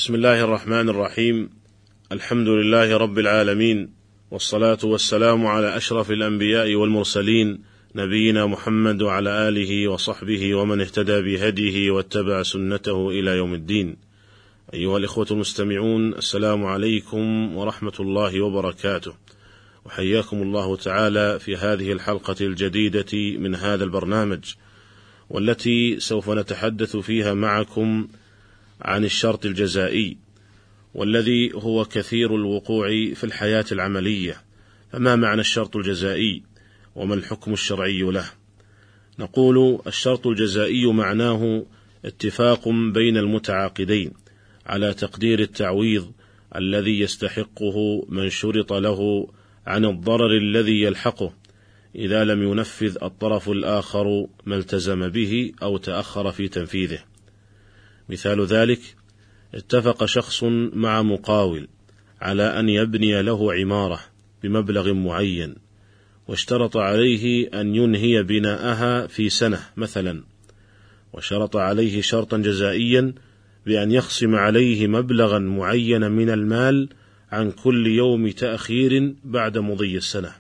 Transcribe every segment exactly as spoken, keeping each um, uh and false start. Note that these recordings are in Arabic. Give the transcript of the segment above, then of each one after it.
بسم الله الرحمن الرحيم. الحمد لله رب العالمين، والصلاة والسلام على أشرف الأنبياء والمرسلين، نبينا محمد وعلى آله وصحبه ومن اهتدى بهديه واتبع سنته إلى يوم الدين. أيها الإخوة المستمعون، السلام عليكم ورحمة الله وبركاته، وحياكم الله تعالى في هذه الحلقة الجديدة من هذا البرنامج، والتي سوف نتحدث فيها معكم عن الشرط الجزائي، والذي هو كثير الوقوع في الحياة العملية. فما معنى الشرط الجزائي وما الحكم الشرعي له؟ نقول الشرط الجزائي معناه اتفاق بين المتعاقدين على تقدير التعويض الذي يستحقه من شرط له عن الضرر الذي يلحقه إذا لم ينفذ الطرف الآخر ما التزم به أو تأخر في تنفيذه. مثال ذلك: اتفق شخص مع مقاول على أن يبني له عمارة بمبلغ معين، واشترط عليه أن ينهي بناءها في سنة مثلا، وشرط عليه شرطا جزائيا بأن يخصم عليه مبلغا معينا من المال عن كل يوم تأخير بعد مضي السنة.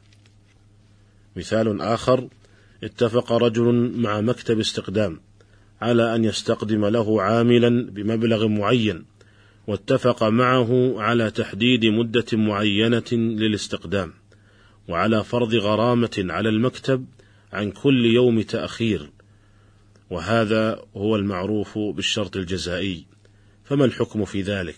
مثال آخر: اتفق رجل مع مكتب استقدام على أن يستقدم له عاملا بمبلغ معين، واتفق معه على تحديد مدة معينة للاستقدام، وعلى فرض غرامة على المكتب عن كل يوم تأخير، وهذا هو المعروف بالشرط الجزائي. فما الحكم في ذلك؟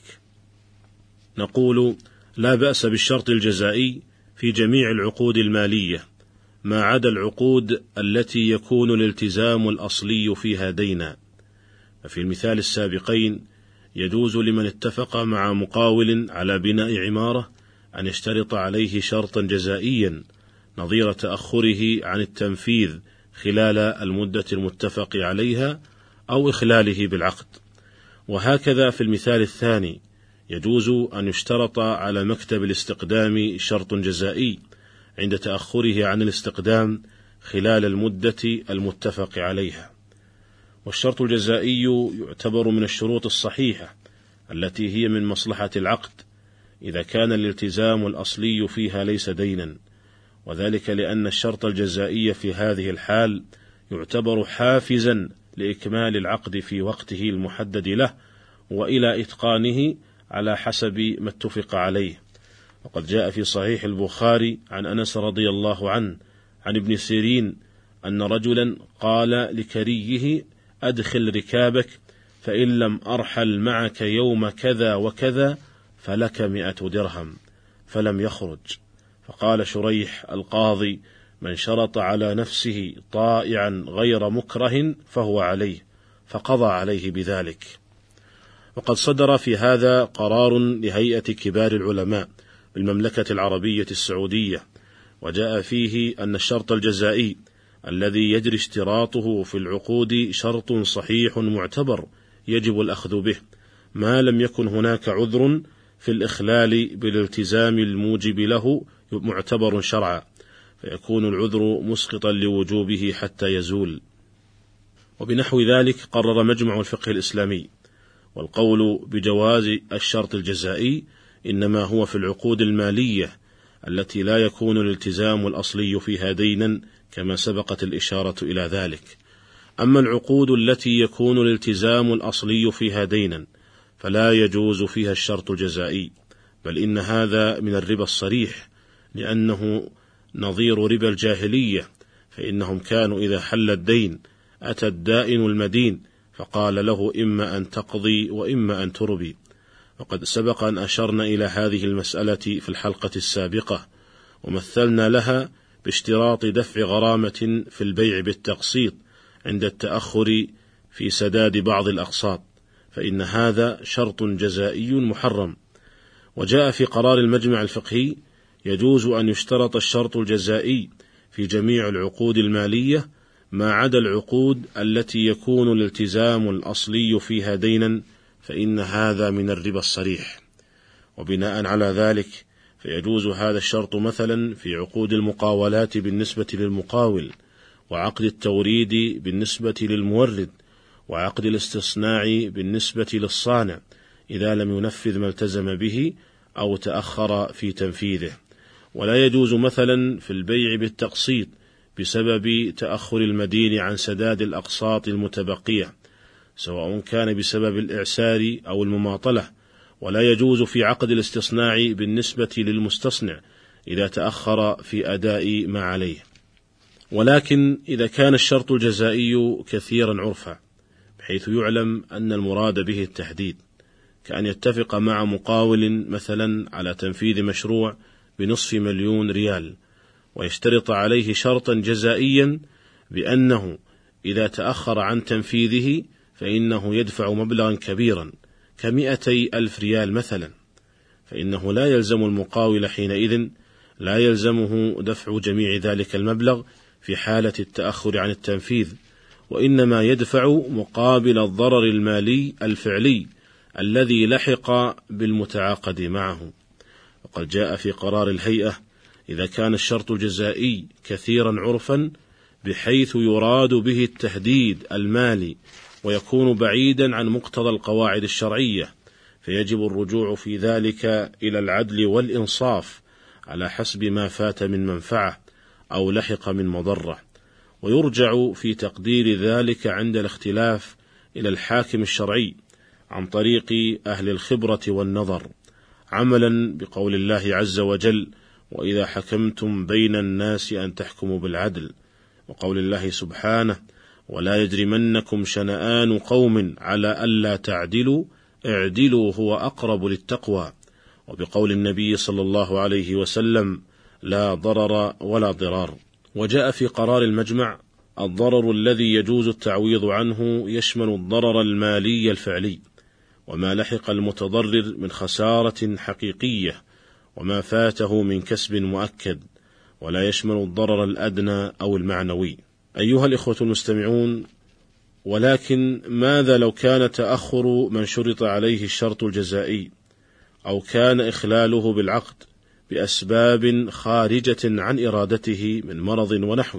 نقول لا بأس بالشرط الجزائي في جميع العقود المالية، ما عدا العقود التي يكون الالتزام الأصلي فيها دينا. ففي المثال السابقين يجوز لمن اتفق مع مقاول على بناء عمارة أن يشترط عليه شرطا جزائيا نظير تأخره عن التنفيذ خلال المدة المتفق عليها أو إخلاله بالعقد. وهكذا في المثال الثاني يجوز أن يشترط على مكتب الاستقدام شرط جزائي عند تأخره عن الاستقدام خلال المدة المتفق عليها. والشرط الجزائي يعتبر من الشروط الصحيحة التي هي من مصلحة العقد إذا كان الالتزام الأصلي فيها ليس دينا، وذلك لأن الشرط الجزائي في هذه الحال يعتبر حافزا لإكمال العقد في وقته المحدد له وإلى إتقانه على حسب ما اتفق عليه. وقد جاء في صحيح البخاري عن أنس رضي الله عنه عن ابن سيرين أن رجلا قال لكريه: أدخل ركابك، فإن لم أرحل معك يوم كذا وكذا فلك مئة درهم، فلم يخرج. فقال شريح القاضي: من شرط على نفسه طائعا غير مكره فهو عليه، فقضى عليه بذلك. وقد صدر في هذا قرار لهيئة كبار العلماء بالمملكة العربية السعودية، وجاء فيه أن الشرط الجزائي الذي يجري اشتراطه في العقود شرط صحيح معتبر يجب الأخذ به ما لم يكن هناك عذر في الإخلال بالالتزام الموجب له معتبر شرعا، فيكون العذر مسقطا لوجوبه حتى يزول. وبنحو ذلك قرر مجمع الفقه الإسلامي، والقول بجواز الشرط الجزائي إنما هو في العقود المالية التي لا يكون الالتزام الأصلي فيها دينا كما سبقت الإشارة إلى ذلك. أما العقود التي يكون الالتزام الأصلي فيها دينا فلا يجوز فيها الشرط الجزائي، بل إن هذا من الربا الصريح، لأنه نظير ربا الجاهلية، فإنهم كانوا إذا حل الدين أتى الدائن المدين فقال له: إما أن تقضي وإما أن تربي. وقد سبق أن أشرنا إلى هذه المسألة في الحلقة السابقة، ومثلنا لها باشتراط دفع غرامة في البيع بالتقسيط عند التأخر في سداد بعض الأقساط، فإن هذا شرط جزائي محرم. وجاء في قرار المجمع الفقهي: يجوز أن يشترط الشرط الجزائي في جميع العقود المالية ما عدا العقود التي يكون الالتزام الأصلي فيها دينا، فإن هذا من الربا الصريح. وبناء على ذلك فيجوز هذا الشرط مثلا في عقود المقاولات بالنسبة للمقاول، وعقد التوريد بالنسبة للمورد، وعقد الاستصناع بالنسبة للصانع، إذا لم ينفذ ما التزم به أو تأخر في تنفيذه. ولا يجوز مثلا في البيع بالتقسيط بسبب تأخر المدين عن سداد الأقساط المتبقية، سواء كان بسبب الإعسار أو المماطلة. ولا يجوز في عقد الاستصناع بالنسبة للمستصنع إذا تأخر في أداء ما عليه. ولكن إذا كان الشرط الجزائي كثيرا عرفا بحيث يعلم أن المراد به التحديد، كأن يتفق مع مقاول مثلا على تنفيذ مشروع بنصف مليون ريال، ويشترط عليه شرطا جزائيا بأنه إذا تأخر عن تنفيذه فإنه يدفع مبلغا كبيرا كمئتي ألف ريال مثلا، فإنه لا يلزم المقاول حينئذ لا يلزمه دفع جميع ذلك المبلغ في حالة التأخر عن التنفيذ، وإنما يدفع مقابل الضرر المالي الفعلي الذي لحق بالمتعاقد معه. وقد جاء في قرار الهيئة إذا كان الشرط الجزائي كثيرا عرفا بحيث يراد به التهديد المالي ويكون بعيدا عن مقتضى القواعد الشرعية، فيجب الرجوع في ذلك إلى العدل والإنصاف على حسب ما فات من منفعة أو لحق من مضرة، ويرجع في تقدير ذلك عند الاختلاف إلى الحاكم الشرعي عن طريق أهل الخبرة والنظر، عملا بقول الله عز وجل: وإذا حكمتم بين الناس أن تحكموا بالعدل، وقول الله سبحانه: ولا يجرمنكم شنآن قوم على ألا تعدلوا اعدلوا هو أقرب للتقوى، وبقول النبي صلى الله عليه وسلم: لا ضرر ولا ضرار. وجاء في قرار المجمع: الضرر الذي يجوز التعويض عنه يشمل الضرر المالي الفعلي وما لحق المتضرر من خسارة حقيقية وما فاته من كسب مؤكد، ولا يشمل الضرر الأدنى أو المعنوي. أيها الإخوة المستمعون، ولكن ماذا لو كان تأخر من شرط عليه الشرط الجزائي أو كان إخلاله بالعقد بأسباب خارجة عن إرادته من مرض ونحوه؟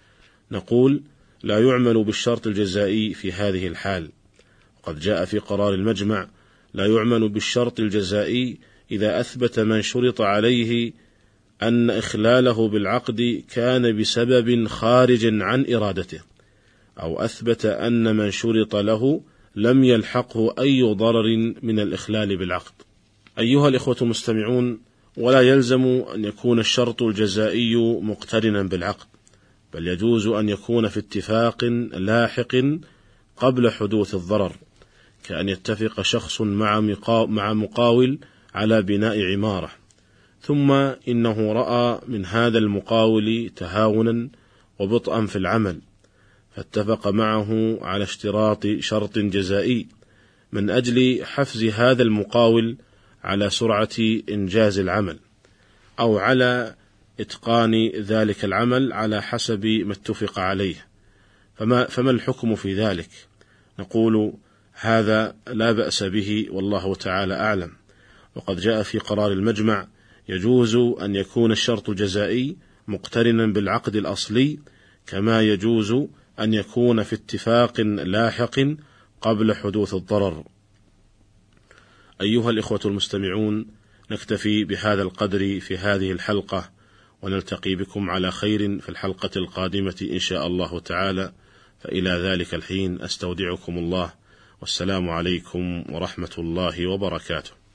نقول: لا يعمل بالشرط الجزائي في هذه الحال. قد جاء في قرار المجمع: لا يعمل بالشرط الجزائي إذا أثبت من شرط عليه أن إخلاله بالعقد كان بسبب خارج عن إرادته، أو أثبت أن من شرط له لم يلحقه أي ضرر من الإخلال بالعقد. أيها الإخوة المستمعون، ولا يلزم أن يكون الشرط الجزائي مقترنا بالعقد، بل يجوز أن يكون في اتفاق لاحق قبل حدوث الضرر، كأن يتفق شخص مع مقاول على بناء عمارة، ثم إنه رأى من هذا المقاول تهاونا وبطئا في العمل، فاتفق معه على اشتراط شرط جزائي من أجل حفز هذا المقاول على سرعة إنجاز العمل، أو على إتقان ذلك العمل على حسب ما اتفق عليه. فما, فما الحكم في ذلك؟ نقول: هذا لا بأس به، والله تعالى أعلم. وقد جاء في قرار المجمع: يجوز أن يكون الشرط الجزائي مقترنا بالعقد الأصلي، كما يجوز أن يكون في اتفاق لاحق قبل حدوث الضرر. أيها الإخوة المستمعون، نكتفي بهذا القدر في هذه الحلقة، ونلتقي بكم على خير في الحلقة القادمة إن شاء الله تعالى. فإلى ذلك الحين أستودعكم الله، والسلام عليكم ورحمة الله وبركاته.